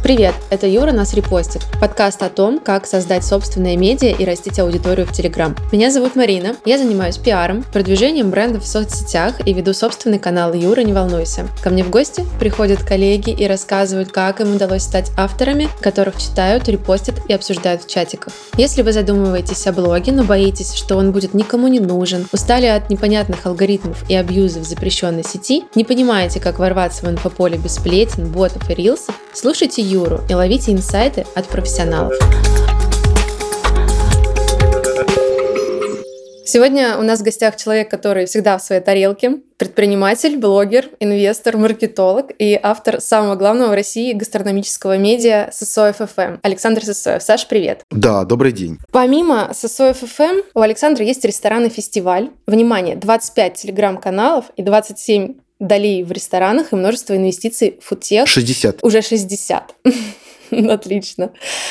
Привет, это Юра нас репостит. Подкаст о том, как создать собственное медиа и растить аудиторию в Телеграм. Меня зовут Марина, я занимаюсь пиаром, продвижением брендов в соцсетях и веду собственный канал «Юра, не волнуйся». Ко мне в гости приходят коллеги и рассказывают, как им удалось стать авторами, которых читают, репостят и обсуждают в чатиках. Если вы задумываетесь о блоге, но боитесь, что он будет никому не нужен, устали от непонятных алгоритмов и абьюзов запрещенной сети, не понимаете, как ворваться в инфополе без сплетен, ботов и рилсов, слушайте Юру и ловите инсайты от профессионалов. Сегодня у нас в гостях человек, который всегда в своей тарелке, предприниматель, блогер, инвестор, маркетолог и автор самого главного в России гастрономического медиа Сысоев ФМ. Александр Сысоев. Саш, привет. Да, добрый день. Помимо Сысоев ФМ, у Александра есть ресторан и фестиваль. Внимание, 25 телеграм-каналов и 27 долей в ресторанах и множество инвестиций в фудтех. 60. Уже 60. Отлично.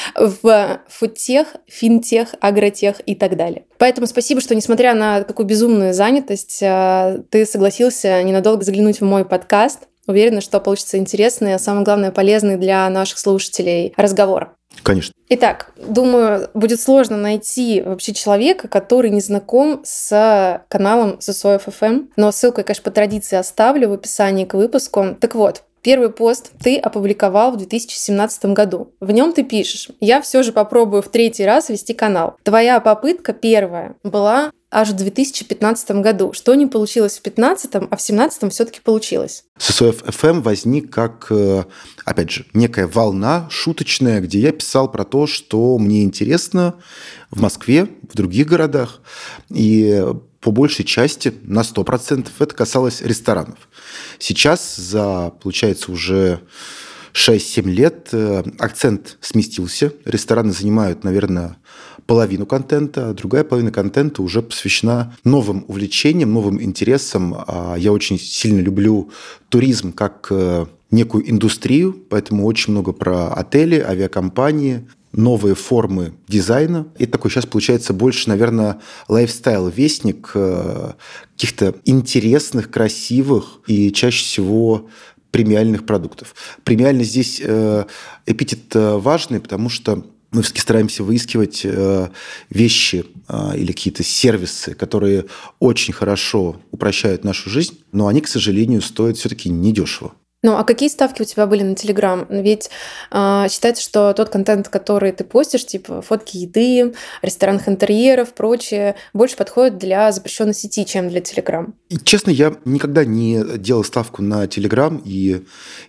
В фудтех, финтех, агротех и так далее. Поэтому спасибо, что, несмотря на такую безумную занятость, ты согласился ненадолго заглянуть в мой подкаст. Уверена, что получится интересный, а самое главное, полезный для наших слушателей разговор. Конечно. Итак, думаю, будет сложно найти вообще человека, который не знаком с каналом Сысоев ФМ, но ссылку я, конечно, по традиции оставлю в описании к выпуску. Так вот, первый пост ты опубликовал в 2017 году. В нем ты пишешь: «Я все же попробую в 3-й раз вести канал». Твоя попытка первая была аж в 2015 году. Что не получилось в 2015, а в 2017 все-таки получилось? Сысоев ФМ возник как, опять же, некая волна шуточная, где я писал про то, что мне интересно в Москве, в других городах. И по большей части, на 100%, это касалось ресторанов. Сейчас, получается, уже 6-7 лет акцент сместился. Рестораны занимают, наверное, половину контента, а другая половина контента уже посвящена новым увлечениям, новым интересам. Я очень сильно люблю туризм как некую индустрию, поэтому очень много про отели, авиакомпании, новые формы дизайна. И такой сейчас получается больше, наверное, лайфстайл-вестник каких-то интересных, красивых и чаще всего премиальных продуктов. Премиальный здесь эпитет важный, потому что мы все-таки стараемся выискивать вещи или какие-то сервисы, которые очень хорошо упрощают нашу жизнь, но они, к сожалению, стоят все-таки недешево. Ну, а какие ставки у тебя были на Телеграм? Ведь считается, что тот контент, который ты постишь, типа фотки еды, ресторанных интерьеров, прочее, больше подходит для запрещенной сети, чем для Телеграм. Честно, я никогда не делал ставку на Телеграм, и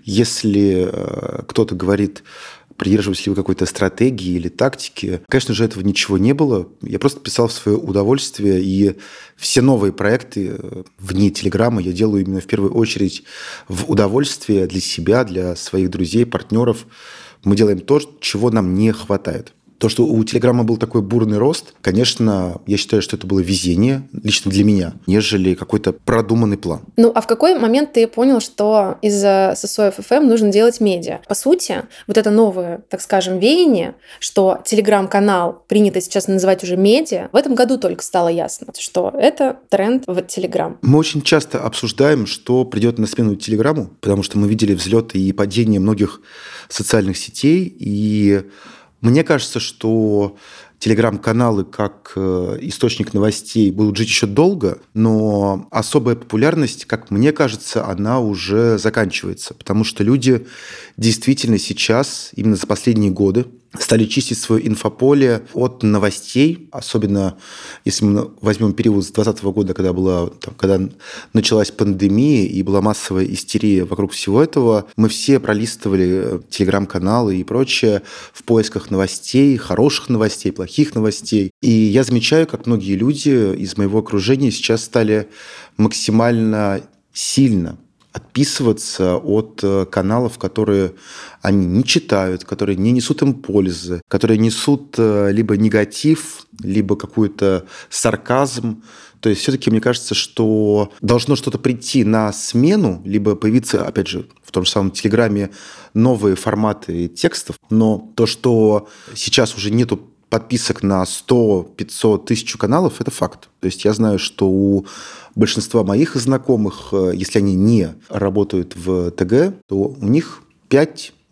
если кто-то говорит, придерживались ли вы какой-то стратегии или тактики. Конечно же, этого ничего не было. Я просто писал в свое удовольствие, и все новые проекты вне Телеграма я делаю именно в первую очередь в удовольствие для себя, для своих друзей, партнеров. Мы делаем то, чего нам не хватает. То, что у Телеграма был такой бурный рост, конечно, я считаю, что это было везение, лично для меня, нежели какой-то продуманный план. Ну, а в какой момент ты понял, что из-за Сысоев ФМ нужно делать медиа? По сути, вот это новое, так скажем, веяние, что Телеграм-канал принято сейчас называть уже медиа, в этом году только стало ясно, что это тренд в Телеграм. Мы очень часто обсуждаем, что придет на смену Телеграму, потому что мы видели взлеты и падения многих социальных сетей, и мне кажется, что телеграм-каналы как источник новостей будут жить еще долго, но особая популярность, как мне кажется, она уже заканчивается, потому что люди действительно сейчас, именно за последние годы, стали чистить свое инфополе от новостей, особенно если мы возьмем период с 2020 года, когда началась пандемия и была массовая истерия вокруг всего этого. Мы все пролистывали телеграм-каналы и прочее в поисках новостей, хороших новостей, плохих новостей. И я замечаю, как многие люди из моего окружения сейчас стали максимально сильно отписываться от каналов, которые они не читают, которые не несут им пользы, которые несут либо негатив, либо какой-то сарказм. То есть все-таки мне кажется, что должно что-то прийти на смену, либо появиться, опять же, в том же самом Телеграме новые форматы текстов. Но то, что сейчас уже нету подписок на 100, 500, 1000 каналов – это факт. То есть я знаю, что у большинства моих знакомых, если они не работают в ТГ, то у них 5,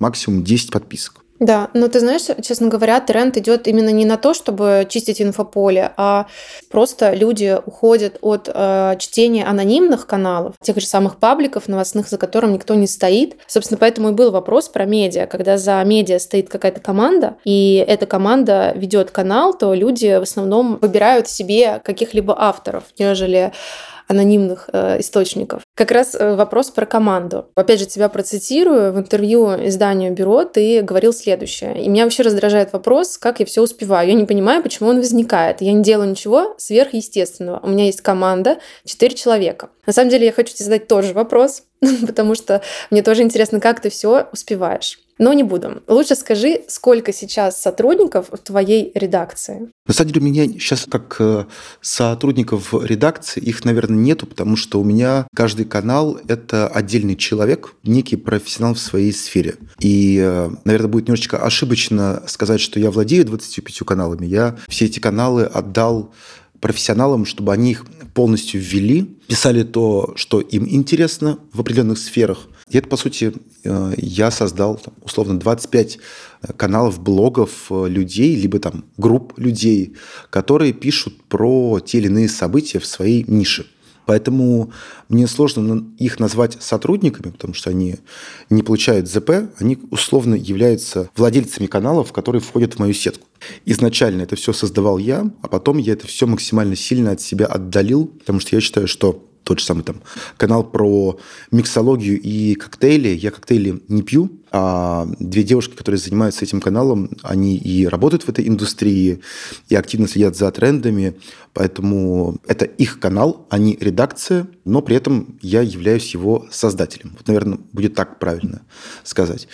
максимум 10 подписок. Да, но ты знаешь, честно говоря, тренд идет именно не на то, чтобы чистить инфополе, а просто люди уходят от чтения анонимных каналов, тех же самых пабликов новостных, за которым никто не стоит. Собственно, поэтому и был вопрос про медиа. Когда за медиа стоит какая-то команда, и эта команда ведет канал, то люди в основном выбирают себе каких-либо авторов, нежели анонимных источников. Как раз вопрос про команду. Опять же, тебя процитирую. В интервью изданию «Бюро» ты говорил следующее. И меня вообще раздражает вопрос, как я все успеваю. Я не понимаю, почему он возникает. Я не делаю ничего сверхъестественного. У меня есть команда, 4 человека. На самом деле, я хочу тебе задать тоже вопрос, потому что мне тоже интересно, как ты все успеваешь. Но не буду. Лучше скажи, сколько сейчас сотрудников в твоей редакции? На самом деле у меня сейчас как сотрудников редакции, их, наверное, нету, потому что у меня каждый канал – это отдельный человек, некий профессионал в своей сфере. И, наверное, будет немножечко ошибочно сказать, что я владею 25 каналами. Я все эти каналы отдал профессионалам, чтобы они их полностью ввели, писали то, что им интересно в определенных сферах. И это, по сути, я создал условно 25 каналов, блогов людей, либо там групп людей, которые пишут про те или иные события в своей нише. Поэтому мне сложно их назвать сотрудниками, потому что они не получают ЗП, они условно являются владельцами каналов, которые входят в мою сетку. Изначально это все создавал я, а потом я это все максимально сильно от себя отдалил, потому что я считаю, что тот же самый там канал про миксологию и коктейли. Я коктейли не пью, а 2 девушки, которые занимаются этим каналом, они и работают в этой индустрии, и активно следят за трендами. Поэтому это их канал, а не редакция, но при этом я являюсь его создателем. Вот, наверное, будет так правильно сказать.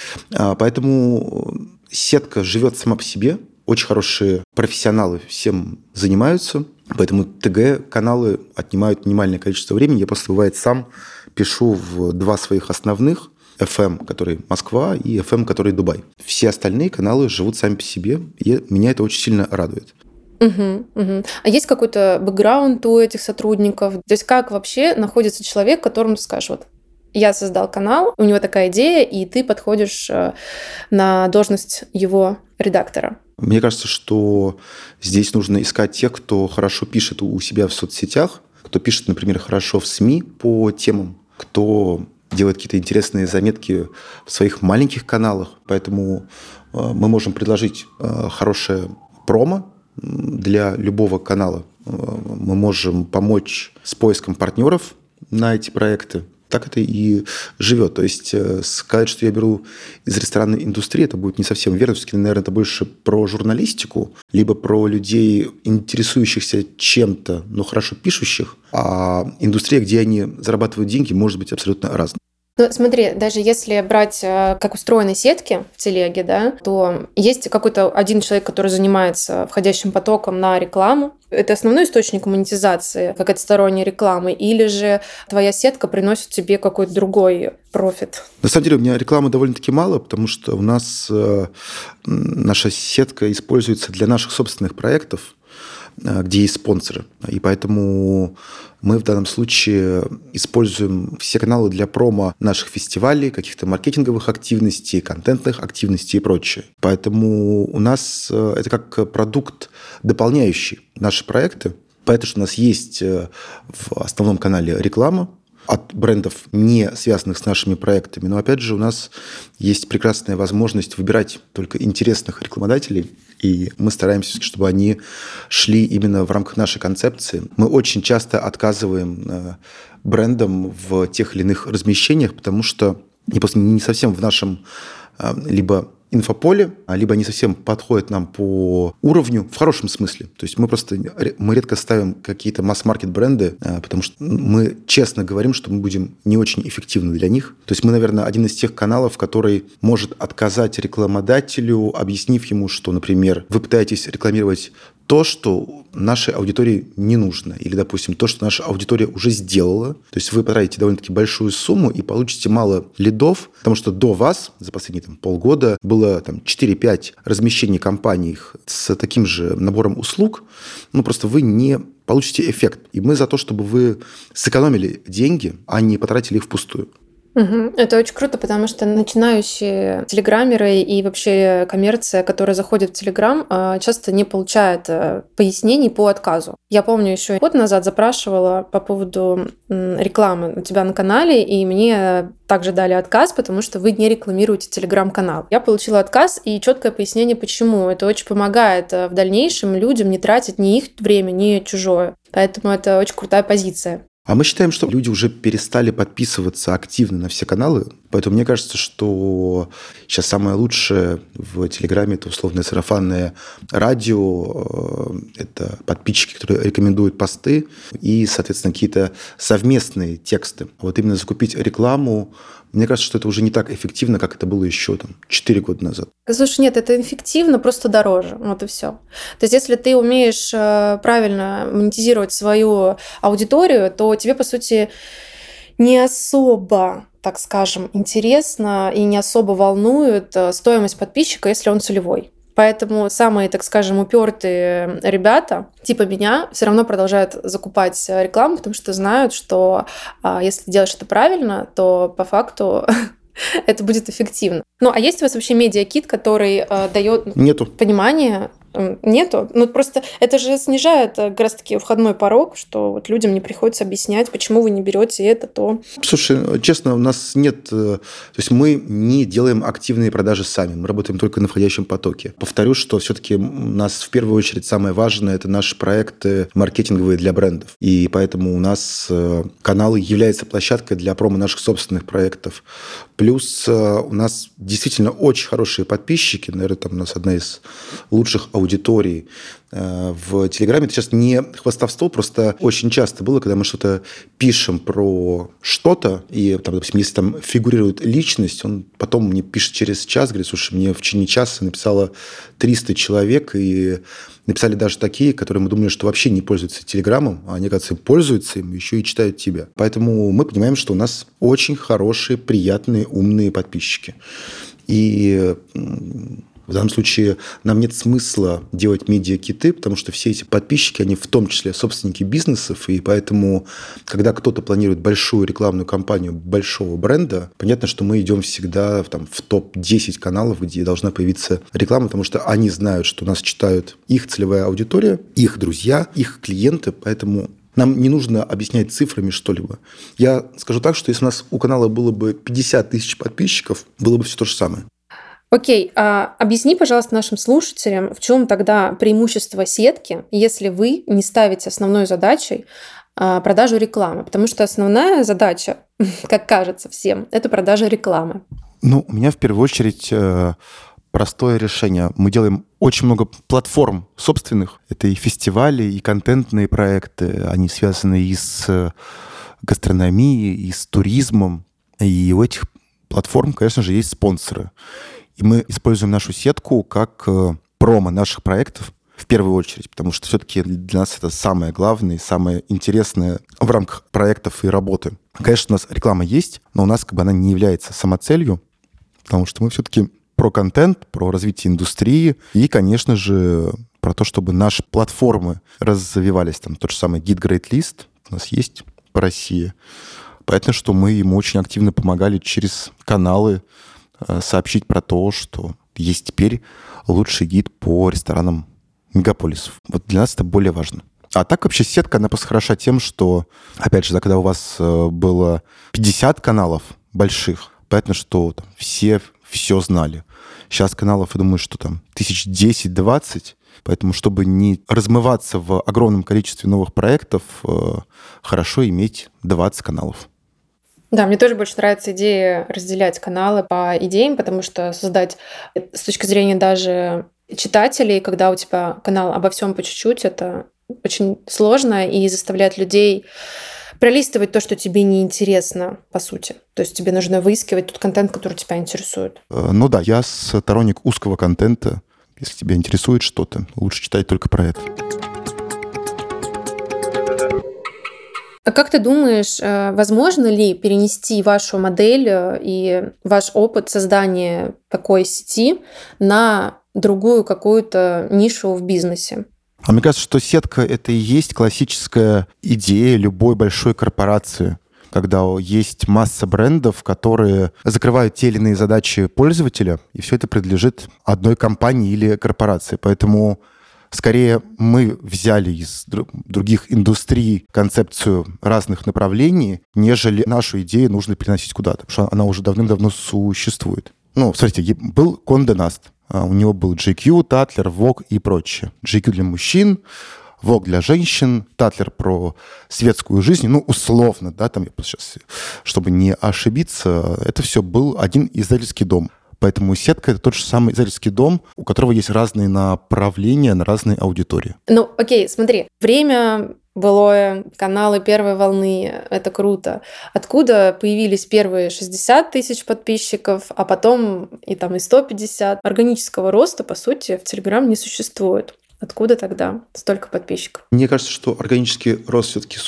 Поэтому сетка живет сама по себе. Очень хорошие профессионалы всем занимаются. Поэтому ТГ-каналы отнимают минимальное количество времени. Я просто, бывает, сам пишу в 2 своих основных. FM, который Москва, и FM, который Дубай. Все остальные каналы живут сами по себе, и меня это очень сильно радует. А есть какой-то бэкграунд у этих сотрудников? То есть как вообще находится человек, которому ты скажешь, вот я создал канал, у него такая идея, и ты подходишь на должность его редактора? Мне кажется, что здесь нужно искать тех, кто хорошо пишет у себя в соцсетях, кто пишет, например, хорошо в СМИ по темам, кто делает какие-то интересные заметки в своих маленьких каналах. Поэтому мы можем предложить хорошее промо для любого канала. Мы можем помочь с поиском партнеров на эти проекты. Так это и живет. То есть сказать, что я беру из ресторанной индустрии, это будет не совсем верно. Все-таки, наверное, это больше про журналистику, либо про людей, интересующихся чем-то, но хорошо пишущих. А индустрия, где они зарабатывают деньги, может быть абсолютно разной. Ну, смотри, даже если брать, как устроены сетки в телеге, да, то есть какой-то один человек, который занимается входящим потоком на рекламу. Это основной источник монетизации, какая-то сторонняя реклама, или же твоя сетка приносит тебе какой-то другой профит? На самом деле у меня рекламы довольно-таки мало, потому что у нас наша сетка используется для наших собственных проектов, где есть спонсоры. И поэтому мы в данном случае используем все каналы для промо наших фестивалей, каких-то маркетинговых активностей, контентных активностей и прочее. Поэтому у нас это как продукт, дополняющий наши проекты. Поэтому у нас есть в основном канале реклама от брендов, не связанных с нашими проектами. Но, опять же, у нас есть прекрасная возможность выбирать только интересных рекламодателей, и мы стараемся, чтобы они шли именно в рамках нашей концепции. Мы очень часто отказываем брендам в тех или иных размещениях, потому что они просто не совсем в нашем либо инфополе, либо не совсем подходят нам по уровню, в хорошем смысле. То есть мы редко ставим какие-то масс-маркет бренды, потому что мы честно говорим, что мы будем не очень эффективны для них. То есть мы, наверное, один из тех каналов, который может отказать рекламодателю, объяснив ему, что, например, вы пытаетесь рекламировать то, что нашей аудитории не нужно. Или, допустим, то, что наша аудитория уже сделала. То есть вы потратите довольно-таки большую сумму и получите мало лидов, потому что до вас за последние полгода было 4-5 размещений компаний с таким же набором услуг. Просто вы не получите эффект. И мы за то, чтобы вы сэкономили деньги, а не потратили их впустую. Мгм. Это очень круто, потому что начинающие телеграммеры и вообще коммерция, которая заходит в Телеграм, часто не получает пояснений по отказу. Я помню, еще год назад запрашивала по поводу рекламы у тебя на канале, и мне также дали отказ, потому что вы не рекламируете Телеграм-канал. Я получила отказ и четкое пояснение, почему. Это очень помогает в дальнейшем людям не тратить ни их время, ни чужое. Поэтому это очень крутая позиция. А мы считаем, что люди уже перестали подписываться активно на все каналы, поэтому мне кажется, что сейчас самое лучшее в Телеграме – это условное сарафанное радио, это подписчики, которые рекомендуют посты и, соответственно, какие-то совместные тексты. Вот именно закупить рекламу, мне кажется, что это уже не так эффективно, как это было еще 4 года назад. Слушай, нет, это эффективно, просто дороже. Вот и все. То есть, если ты умеешь правильно монетизировать свою аудиторию, то тебе, по сути, не особо, так скажем, интересно и не особо волнует стоимость подписчика, если он целевой. Поэтому самые, так скажем, упертые ребята, типа меня, все равно продолжают закупать рекламу, потому что знают, что если делаешь это правильно, то по факту это будет эффективно. Ну, а есть у вас вообще медиакит, который дает Нету. понимание? Нету. Ну, просто это же снижает как раз-таки входной порог, что вот людям не приходится объяснять, почему вы не берете это, то. Слушай, честно, у нас нет... То есть мы не делаем активные продажи сами, мы работаем только на входящем потоке. Повторю, что все-таки у нас в первую очередь самое важное – это наши проекты маркетинговые для брендов. И поэтому у нас каналы являются площадкой для промо наших собственных проектов. Плюс у нас действительно очень хорошие подписчики, наверное, там у нас одна из лучших аудиторий в Телеграме. Это сейчас не хвастовство, просто очень часто было, когда мы что-то пишем про что-то, и, там, допустим, если там фигурирует личность, он потом мне пишет через час, говорит, слушай, мне в течение часа написало 300 человек, и написали даже такие, которые мы думали, что вообще не пользуются Телеграмом, а они, оказывается, пользуются им, еще и читают тебя. Поэтому мы понимаем, что у нас очень хорошие, приятные, умные подписчики. И в данном случае нам нет смысла делать медиакиты, потому что все эти подписчики, они в том числе собственники бизнесов, и поэтому, когда кто-то планирует большую рекламную кампанию большого бренда, понятно, что мы идем всегда в топ-10 каналов, где должна появиться реклама, потому что они знают, что нас читают их целевая аудитория, их друзья, их клиенты, поэтому нам не нужно объяснять цифрами что-либо. Я скажу так, что если у нас у канала было бы 50 тысяч подписчиков, было бы все то же самое. Окей, объясни, пожалуйста, нашим слушателям, в чем тогда преимущество сетки, если вы не ставите основной задачей продажу рекламы, потому что основная задача, как кажется всем, это продажа рекламы. Ну, у меня в первую очередь простое решение. Мы делаем очень много платформ собственных. Это и фестивали, и контентные проекты. Они связаны и с гастрономией, и с туризмом. И у этих платформ, конечно же, есть спонсоры. И мы используем нашу сетку как промо наших проектов в первую очередь, потому что все-таки для нас это самое главное и самое интересное в рамках проектов и работы. Конечно, у нас реклама есть, но у нас она не является самоцелью, потому что мы все-таки про контент, про развитие индустрии и, конечно же, про то, чтобы наши платформы развивались. Там тот же самый Git Great List у нас есть по России. Понятно, что мы ему очень активно помогали через каналы сообщить про то, что есть теперь лучший гид по ресторанам мегаполисов. Вот для нас это более важно. А так вообще сетка, она просто хороша тем, что, опять же, когда у вас было 50 каналов больших, понятно, что там все знали. Сейчас каналов, я думаю, что там 1010-20, поэтому, чтобы не размываться в огромном количестве новых проектов, хорошо иметь 20 каналов. Да, мне тоже больше нравится идея разделять каналы по идеям, потому что создать с точки зрения даже читателей, когда у тебя канал обо всем по чуть-чуть, это очень сложно и заставляет людей пролистывать то, что тебе не интересно, по сути. То есть тебе нужно выискивать тот контент, который тебя интересует. Ну да, я сторонник узкого контента. Если тебя интересует что-то, лучше читать только про это. А как ты думаешь, возможно ли перенести вашу модель и ваш опыт создания такой сети на другую какую-то нишу в бизнесе? А мне кажется, что сетка — это и есть классическая идея любой большой корпорации. когда есть масса брендов, которые закрывают те или иные задачи пользователя, и все это принадлежит одной компании или корпорации. Поэтому скорее мы взяли из других индустрий концепцию разных направлений, нежели нашу идею нужно переносить куда-то, потому что она уже давным-давно существует. Смотрите, был Condé Nast, у него был GQ, Tatler, Vogue и прочее. GQ для мужчин, Vogue для женщин, Tatler про светскую жизнь, условно, да, там я сейчас, чтобы не ошибиться, это все был один издательский дом. Поэтому сетка — это тот же самый издательский дом, у которого есть разные направления на разные аудитории. Окей, смотри. Время былое, каналы первой волны — это круто. Откуда появились первые 60 тысяч подписчиков, а потом и 150? Органического роста, по сути, в Telegram не существует. Откуда тогда столько подписчиков? Мне кажется, что органический рост все-таки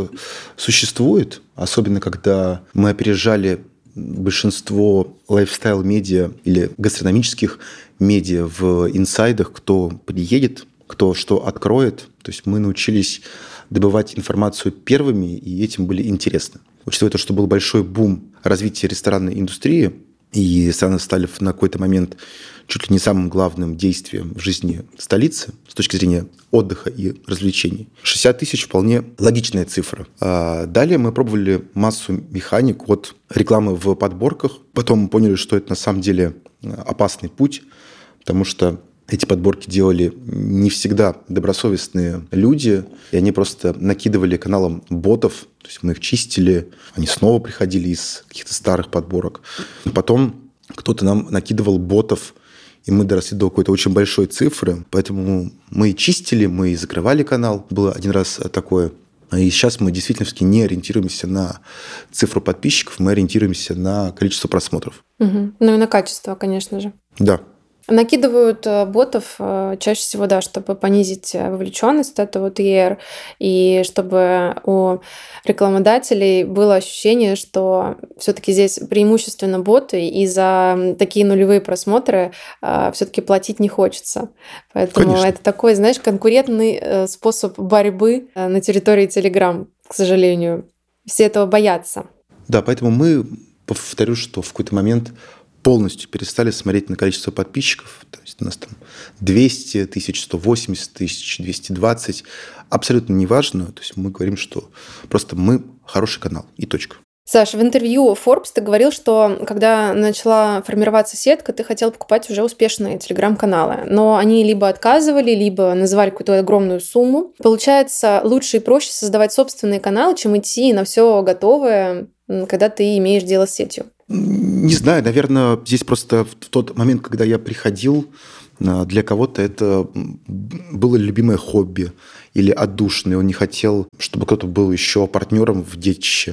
существует, особенно когда мы опережали большинство лайфстайл-медиа или гастрономических медиа в инсайдах, кто приедет, кто что откроет. То есть мы научились добывать информацию первыми, и этим были интересны. Учитывая то, что был большой бум развития ресторанной индустрии, и рестораны стали на какой-то момент чуть ли не самым главным действием в жизни столицы с точки зрения отдыха и развлечений. 60 тысяч вполне логичная цифра. Далее мы пробовали массу механик от рекламы в подборках. Потом мы поняли, что это на самом деле опасный путь, потому что эти подборки делали не всегда добросовестные люди, и они просто накидывали каналам ботов, то есть мы их чистили, они снова приходили из каких-то старых подборок. Потом кто-то нам накидывал ботов, и мы доросли до какой-то очень большой цифры, поэтому мы и чистили, мы и закрывали канал. Было один раз такое. И сейчас мы действительно не ориентируемся на цифру подписчиков, мы ориентируемся на количество просмотров. Угу. И на качество, конечно же. Да. Накидывают ботов чаще всего, да, чтобы понизить вовлеченность, это ER, и чтобы у рекламодателей было ощущение, что все-таки здесь преимущественно боты, и за такие нулевые просмотры все-таки платить не хочется. Поэтому Конечно. Это такой, знаешь, конкурентный способ борьбы на территории Telegram, к сожалению. Все этого боятся. Да, поэтому мы, повторю, что в какой-то момент полностью перестали смотреть на количество подписчиков. То есть у нас там 200 тысяч, 180 тысяч, 220. Абсолютно неважно. То есть мы говорим, что просто мы хороший канал и точка. Саша, в интервью Forbes ты говорил, что когда начала формироваться сетка, ты хотел покупать уже успешные телеграм-каналы. Но они либо отказывали, либо называли какую-то огромную сумму. Получается, лучше и проще создавать собственные каналы, чем идти на все готовое, когда ты имеешь дело с сетью. Не знаю, наверное, здесь просто в тот момент, когда я приходил, для кого-то это было любимое хобби или отдушное. Он не хотел, чтобы кто-то был еще партнером в детище.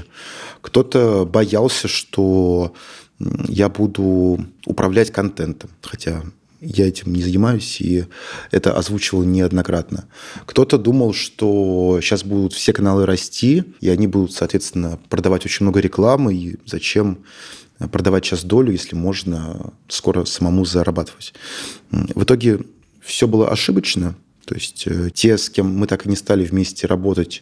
Кто-то боялся, что я буду управлять контентом, хотя я этим не занимаюсь, и это озвучивал неоднократно. Кто-то думал, что сейчас будут все каналы расти, и они будут, соответственно, продавать очень много рекламы, и зачем продавать сейчас долю, если можно скоро самому зарабатывать. В итоге все было ошибочно. То есть те, с кем мы так и не стали вместе работать,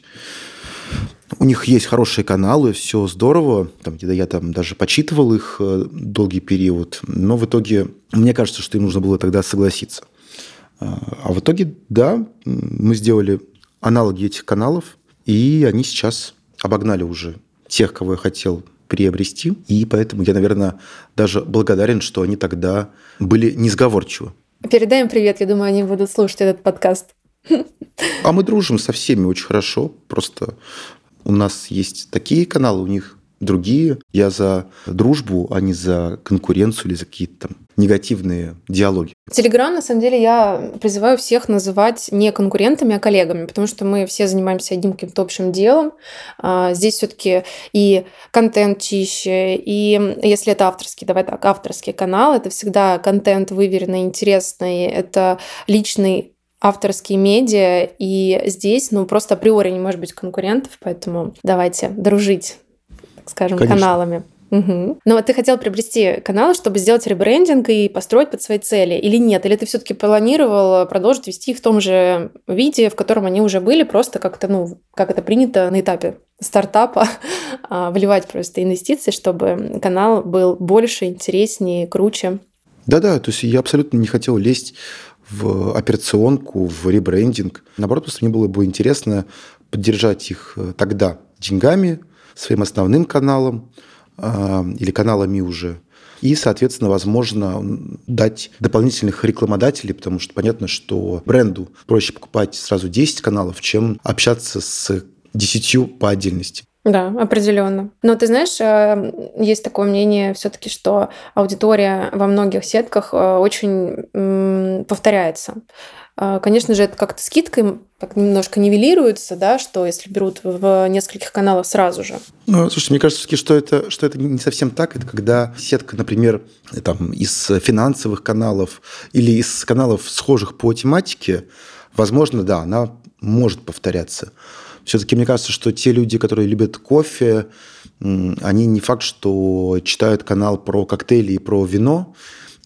у них есть хорошие каналы, все здорово. Я даже почитывал их долгий период. Но в итоге, мне кажется, что им нужно было тогда согласиться. А в итоге, да, мы сделали аналоги этих каналов, и они сейчас обогнали уже тех, кого я хотел приобрести. И поэтому я, наверное, даже благодарен, что они тогда были несговорчивы. Передай им привет, я думаю, они будут слушать этот подкаст. А мы дружим со всеми очень хорошо. Просто у нас есть такие каналы, у них другие. Я за дружбу, а не за конкуренцию или за какие-то там негативные диалоги. Телеграм, на самом деле, я призываю всех называть не конкурентами, а коллегами, потому что мы все занимаемся одним каким-то общим делом. Здесь все-таки и контент чище, и если это авторский, давай так, авторский канал, это всегда контент выверенный, интересный, это личный авторские медиа, и здесь, просто априори не может быть конкурентов, поэтому давайте дружить, так скажем, Конечно. Каналами. Угу. Но ты хотел приобрести каналы, чтобы сделать ребрендинг и построить под свои цели, или нет? Или ты все-таки планировал продолжить вести их в том же виде, в котором они уже были, просто как-то, как это принято на этапе стартапа вливать просто инвестиции, чтобы канал был больше, интереснее, круче. Да-да, то есть я абсолютно не хотел лезть в операционку, в ребрендинг. Наоборот, просто мне было бы интересно поддержать их тогда деньгами, своим основным каналом или каналами уже. И, соответственно, возможно, дать дополнительных рекламодателей, потому что понятно, что бренду проще покупать сразу 10 каналов, чем общаться с 10 по отдельности. Да, определенно. Но ты знаешь, есть такое мнение все-таки, что аудитория во многих сетках очень повторяется. Конечно же, это как-то скидкой так немножко нивелируется, да, что если берут в нескольких каналах сразу же. Ну, слушай, мне кажется, что это не совсем так. Это когда сетка, например, там, из финансовых каналов или из каналов, схожих по тематике, возможно, да, она может повторяться. Все-таки мне кажется, что те люди, которые любят кофе, они не факт, что читают канал про коктейли и про вино.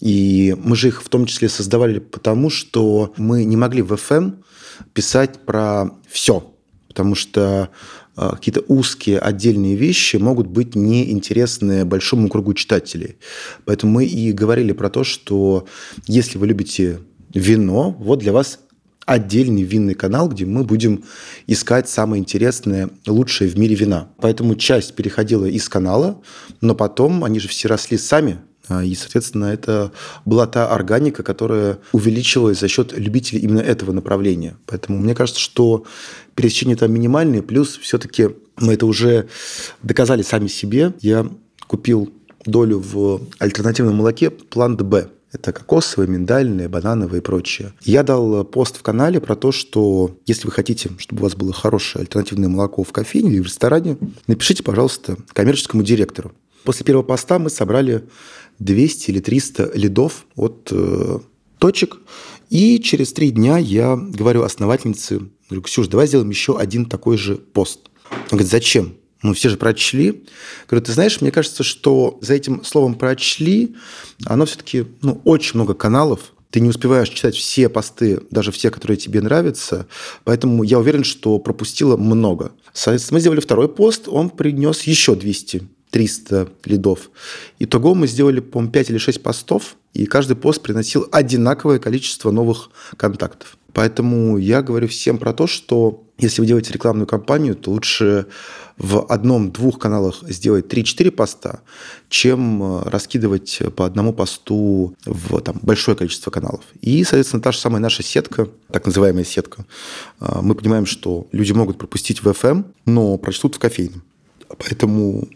И мы же их в том числе создавали потому, что мы не могли в FM писать про все. Потому что какие-то узкие отдельные вещи могут быть неинтересны большому кругу читателей. Поэтому мы и говорили про то, что если вы любите вино, вот для вас отдельный винный канал, где мы будем искать самое интересное, лучшее в мире вина. Поэтому часть переходила из канала, но потом они же все росли сами. И, соответственно, это была та органика, которая увеличивалась за счет любителей именно этого направления. Поэтому мне кажется, что пересечения там минимальные, плюс все-таки мы это уже доказали сами себе. Я купил долю в альтернативном молоке «Плант Б». Это кокосовое, миндальное, банановое и прочее. Я дал пост в канале про то, что если вы хотите, чтобы у вас было хорошее альтернативное молоко в кофейне или в ресторане, напишите, пожалуйста, коммерческому директору. После первого поста мы собрали 200 или 300 лидов от точек. И через 3 дня я говорю основательнице, говорю: Ксюш, давай сделаем еще один такой же пост. Она говорит: зачем? Ну, все же прочли. Говорю: ты знаешь, мне кажется, что за этим словом «прочли» оно все-таки очень много каналов. Ты не успеваешь читать все посты, даже все, которые тебе нравятся. Поэтому я уверен, что пропустила много. Соответственно, мы сделали второй пост, он принес еще 200-300 лидов. Итого мы сделали, по-моему, 5 или 6 постов, и каждый пост приносил одинаковое количество новых контактов. Поэтому я говорю всем про то, что если вы делаете рекламную кампанию, то лучше в 1-2 каналах сделать 3-4 поста, чем раскидывать по одному посту в большое количество каналов. И, соответственно, та же самая наша сетка, так называемая сетка, мы понимаем, что люди могут пропустить в FM, но прочтут в кофейном. Поэтому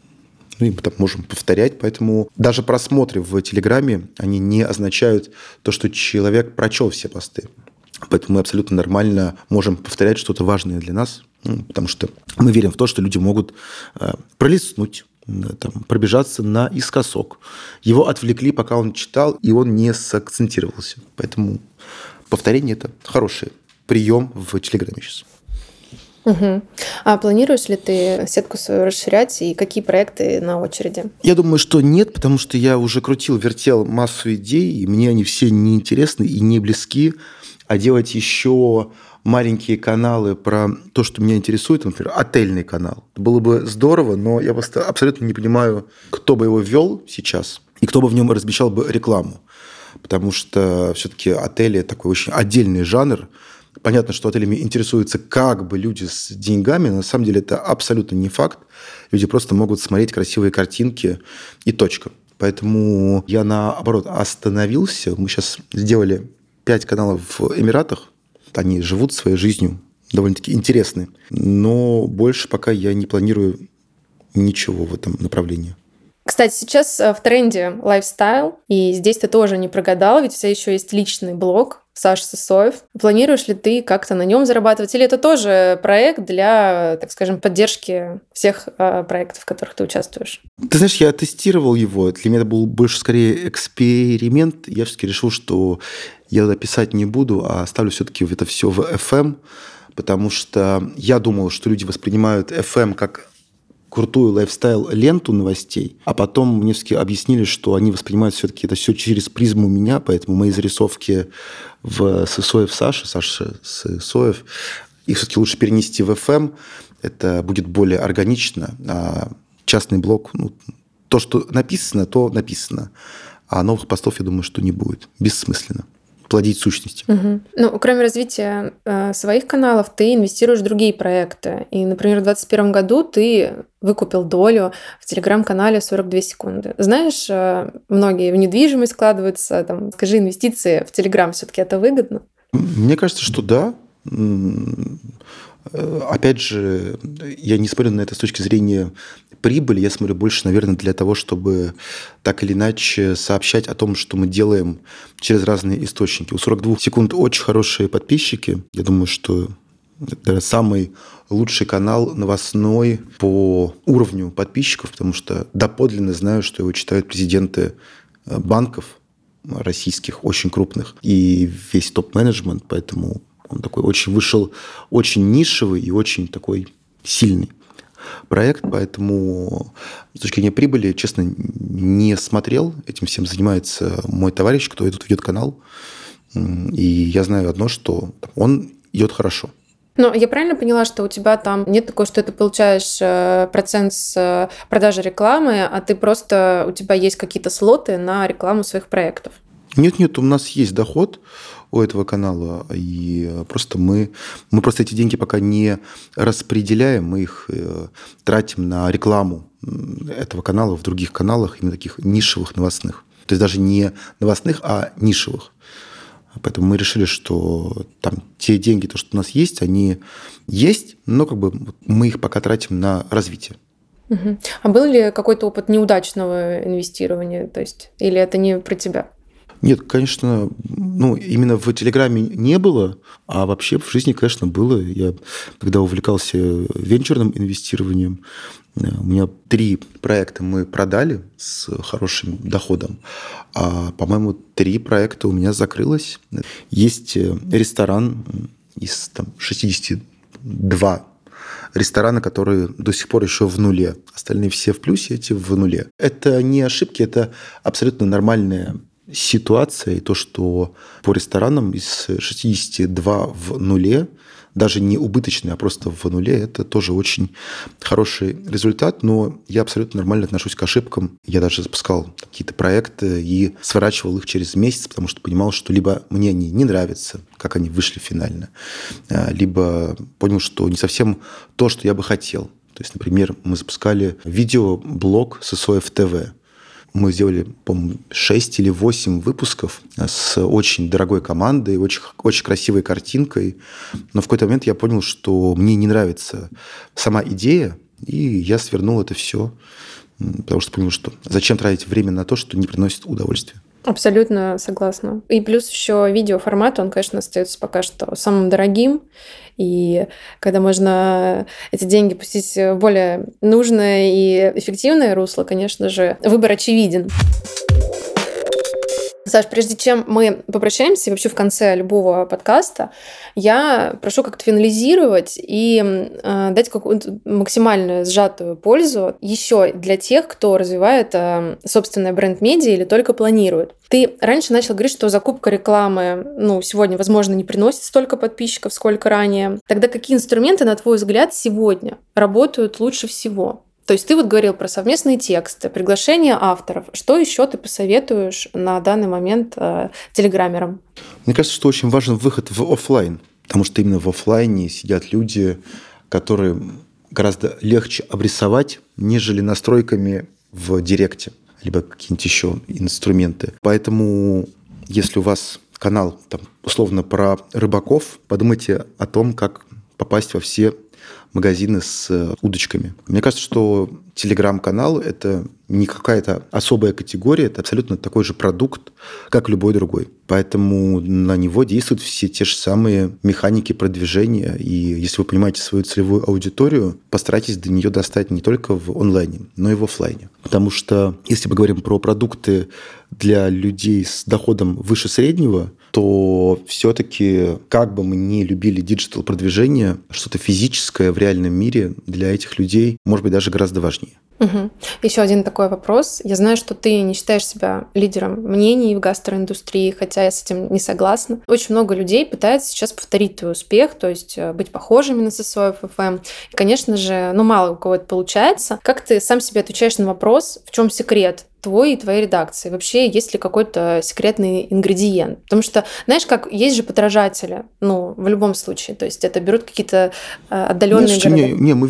мы там можем повторять. Поэтому даже просмотры в Телеграме, они не означают то, что человек прочел все посты. Поэтому мы абсолютно нормально можем повторять что-то важное для нас, потому что мы верим в то, что люди могут пролистнуть, пробежаться наискосок. Его отвлекли, пока он читал, и он не сакцентировался. Поэтому повторение – это хороший прием в Телеграме сейчас. Угу. А планируешь ли ты сетку свою расширять, и какие проекты на очереди? Я думаю, что нет, потому что я уже вертел массу идей, и мне они все неинтересны и не близки. А делать еще маленькие каналы про то, что меня интересует, например, отельный канал, было бы здорово, но я просто абсолютно не понимаю, кто бы его ввел сейчас и кто бы в нем размещал бы рекламу. Потому что все-таки отели – такой очень отдельный жанр. Понятно, что отелями интересуются как бы люди с деньгами, но на самом деле это абсолютно не факт. Люди просто могут смотреть красивые картинки и точка. Поэтому я, наоборот, остановился. Мы сейчас сделали 5 каналов в Эмиратах. Они живут своей жизнью, довольно-таки интересны. Но больше пока я не планирую ничего в этом направлении. Кстати, сейчас в тренде лайфстайл, и здесь ты тоже не прогадал, ведь у тебя еще есть личный блог Саша Сысоев. Планируешь ли ты как-то на нем зарабатывать? Или это тоже проект для, так скажем, поддержки всех проектов, в которых ты участвуешь? Ты знаешь, я тестировал его. Для меня это был больше скорее эксперимент. Я все-таки решил, что я туда писать не буду, а оставлю все-таки это все в FM, потому что я думал, что люди воспринимают FM как крутую лайфстайл-ленту новостей, а потом мне все-таки объяснили, что они воспринимают все-таки это все через призму меня, поэтому мои зарисовки в Сысоев Саша Сысоев, их все-таки лучше перенести в FM, это будет более органично, а частный блог, то, что написано, то написано. А новых постов, я думаю, что не будет. Бессмысленно. Плодить сущности. Угу. Кроме развития своих каналов, ты инвестируешь в другие проекты. И, например, в 2021 году ты выкупил долю в телеграм-канале 42 секунды. Знаешь, многие в недвижимость складываются. Скажи, инвестиции в телеграм все-таки это выгодно? Мне кажется, что да. Опять же, я не смотрю на это с точки зрения прибыли, я смотрю больше, наверное, для того, чтобы так или иначе сообщать о том, что мы делаем через разные источники. У 42 секунд очень хорошие подписчики. Я думаю, что это самый лучший канал новостной по уровню подписчиков, потому что доподлинно знаю, что его читают президенты банков российских, очень крупных, и весь топ-менеджмент, поэтому он такой вышел очень нишевый и очень такой сильный проект, поэтому с точки зрения прибыли, честно, не смотрел. Этим всем занимается мой товарищ, кто тут ведет канал. И я знаю одно, что он идет хорошо. Но я правильно поняла, что у тебя там нет такого, что ты получаешь процент с продажи рекламы, а у тебя есть какие-то слоты на рекламу своих проектов? Нет, у нас есть доход у этого канала, и просто мы просто эти деньги пока не распределяем, мы их тратим на рекламу этого канала в других каналах, именно таких нишевых новостных. То есть даже не новостных, а нишевых. Поэтому мы решили, что там те деньги, то, что у нас есть, они есть, но мы их пока тратим на развитие. Угу. А был ли какой-то опыт неудачного инвестирования? То есть, или это не про тебя? Нет, конечно, именно в Телеграме не было, а вообще в жизни, конечно, было. Я, когда увлекался венчурным инвестированием, у меня 3 проекта мы продали с хорошим доходом, а, по-моему, 3 проекта у меня закрылось. Есть ресторан из 62 ресторана, которые до сих пор еще в нуле. Остальные все в плюсе, эти в нуле. Это не ошибки, это абсолютно нормальная ситуация, и то, что по ресторанам из 62 в нуле, даже не убыточный, а просто в нуле, это тоже очень хороший результат, но я абсолютно нормально отношусь к ошибкам. Я даже запускал какие-то проекты и сворачивал их через месяц, потому что понимал, что либо мне они не нравятся, как они вышли финально, либо понял, что не совсем то, что я бы хотел. То есть, например, мы запускали видеоблог с СОФ ТВ. Мы сделали, по-моему, 6 или 8 выпусков с очень дорогой командой, очень, очень красивой картинкой. Но в какой-то момент я понял, что мне не нравится сама идея, и я свернул это все, потому что понял, что зачем тратить время на то, что не приносит удовольствия. Абсолютно согласна. И плюс еще видеоформат, он, конечно, остается пока что самым дорогим. И когда можно эти деньги пустить в более нужное и эффективное русло, конечно же, выбор очевиден. Саш, прежде чем мы попрощаемся, и вообще в конце любого подкаста, я прошу как-то финализировать и дать какую-то максимально сжатую пользу еще для тех, кто развивает собственное бренд-медиа или только планирует. Ты раньше начал говорить, что закупка рекламы, сегодня, возможно, не приносит столько подписчиков, сколько ранее. Тогда какие инструменты, на твой взгляд, сегодня работают лучше всего? То есть ты говорил про совместные тексты, приглашение авторов. Что еще ты посоветуешь на данный момент телеграммерам? Мне кажется, что очень важен выход в офлайн, потому что именно в офлайне сидят люди, которые гораздо легче обрисовать, нежели настройками в директе, либо какие-нибудь еще инструменты. Поэтому, если у вас канал условно про рыбаков, подумайте о том, как попасть во все магазины с удочками. Мне кажется, что телеграм-канал – это не какая-то особая категория, это абсолютно такой же продукт, как любой другой. Поэтому на него действуют все те же самые механики продвижения. И если вы понимаете свою целевую аудиторию, постарайтесь до нее достать не только в онлайне, но и в офлайне. Потому что если мы говорим про продукты для людей с доходом выше среднего, то все-таки, как бы мы ни любили диджитал-продвижение, что-то физическое в реальном мире для этих людей может быть даже гораздо важнее. Угу. Еще один такой вопрос. Я знаю, что ты не считаешь себя лидером мнений в гастроиндустрии, хотя я с этим не согласна. Очень много людей пытаются сейчас повторить твой успех, то есть быть похожими на Сысоев ФМ. И, конечно же, мало у кого это получается. Как ты сам себе отвечаешь на вопрос, в чем секрет твой и твоей редакции? Вообще, есть ли какой-то секретный ингредиент? Потому что, знаешь, как есть же подражатели, в любом случае. То есть это берут какие-то отдаленные города. Мы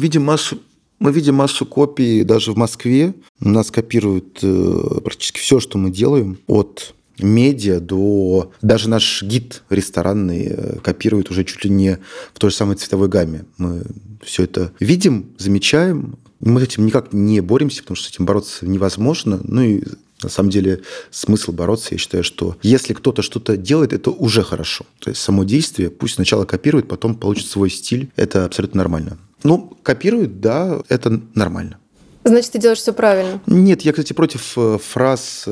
видим массу копий даже в Москве. У нас копируют практически все, что мы делаем, от медиа до... Даже наш гид ресторанный копирует уже чуть ли не в той же самой цветовой гамме. Мы все это видим, замечаем. Мы с этим никак не боремся, потому что с этим бороться невозможно. И на самом деле смысл бороться, я считаю, что если кто-то что-то делает, это уже хорошо. То есть само действие пусть сначала копирует, потом получит свой стиль. Это абсолютно нормально. Копируют, да, это нормально. Значит, ты делаешь все правильно? Нет, я, кстати, против фраз,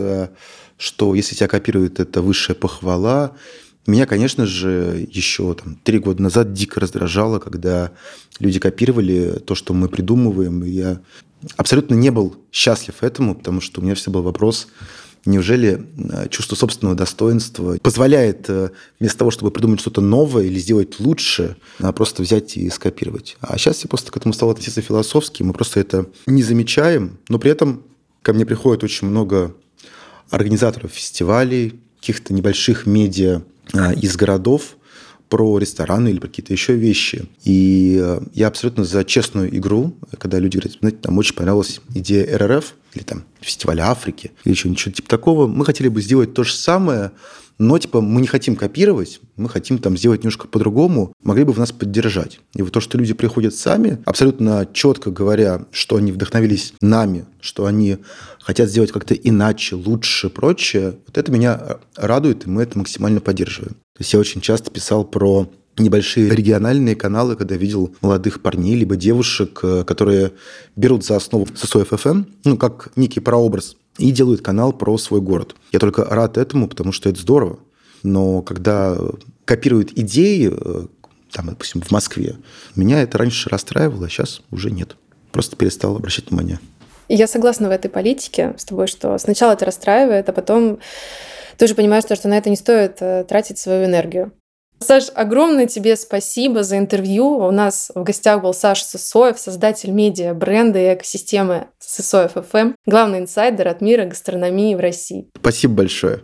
что если тебя копируют, это высшая похвала. Меня, конечно же, еще 3 года назад дико раздражало, когда люди копировали то, что мы придумываем. И я абсолютно не был счастлив этому, потому что у меня всегда был вопрос: неужели чувство собственного достоинства позволяет вместо того, чтобы придумать что-то новое или сделать лучше, просто взять и скопировать? А сейчас я просто к этому стал относиться философски, мы просто это не замечаем, но при этом ко мне приходит очень много организаторов фестивалей, каких-то небольших медиа из городов про рестораны или про какие-то еще вещи. И я абсолютно за честную игру, когда люди говорят: знаете, нам очень понравилась идея РРФ или фестиваля Африки или что-нибудь типа такого. Мы хотели бы сделать то же самое, но мы не хотим копировать, мы хотим сделать немножко по-другому, могли бы вы нас поддержать. И вот то, что люди приходят сами, абсолютно четко говоря, что они вдохновились нами, что они хотят сделать как-то иначе, лучше, прочее, вот это меня радует, и мы это максимально поддерживаем. То есть я очень часто писал про небольшие региональные каналы, когда видел молодых парней либо девушек, которые берут за основу Сысоев ФМ, как некий прообраз, и делают канал про свой город. Я только рад этому, потому что это здорово. Но когда копируют идеи, допустим, в Москве, меня это раньше расстраивало, а сейчас уже нет. Просто перестал обращать внимание. Я согласна в этой политике с тобой, что сначала это расстраивает, а потом ты уже понимаешь, что на это не стоит тратить свою энергию. Саш, огромное тебе спасибо за интервью. У нас в гостях был Саша Сысоев, создатель медиа, бренда и экосистемы Сысоев ФМ, главный инсайдер от мира гастрономии в России. Спасибо большое.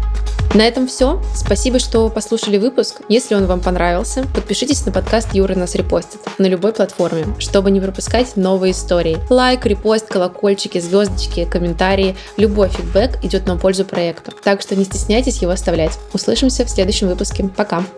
На этом все. Спасибо, что послушали выпуск. Если он вам понравился, подпишитесь на подкаст «Юра нас репостит» на любой платформе, чтобы не пропускать новые истории. Лайк, репост, колокольчики, звездочки, комментарии. Любой фидбэк идет на пользу проекту. Так что не стесняйтесь его оставлять. Услышимся в следующем выпуске. Пока!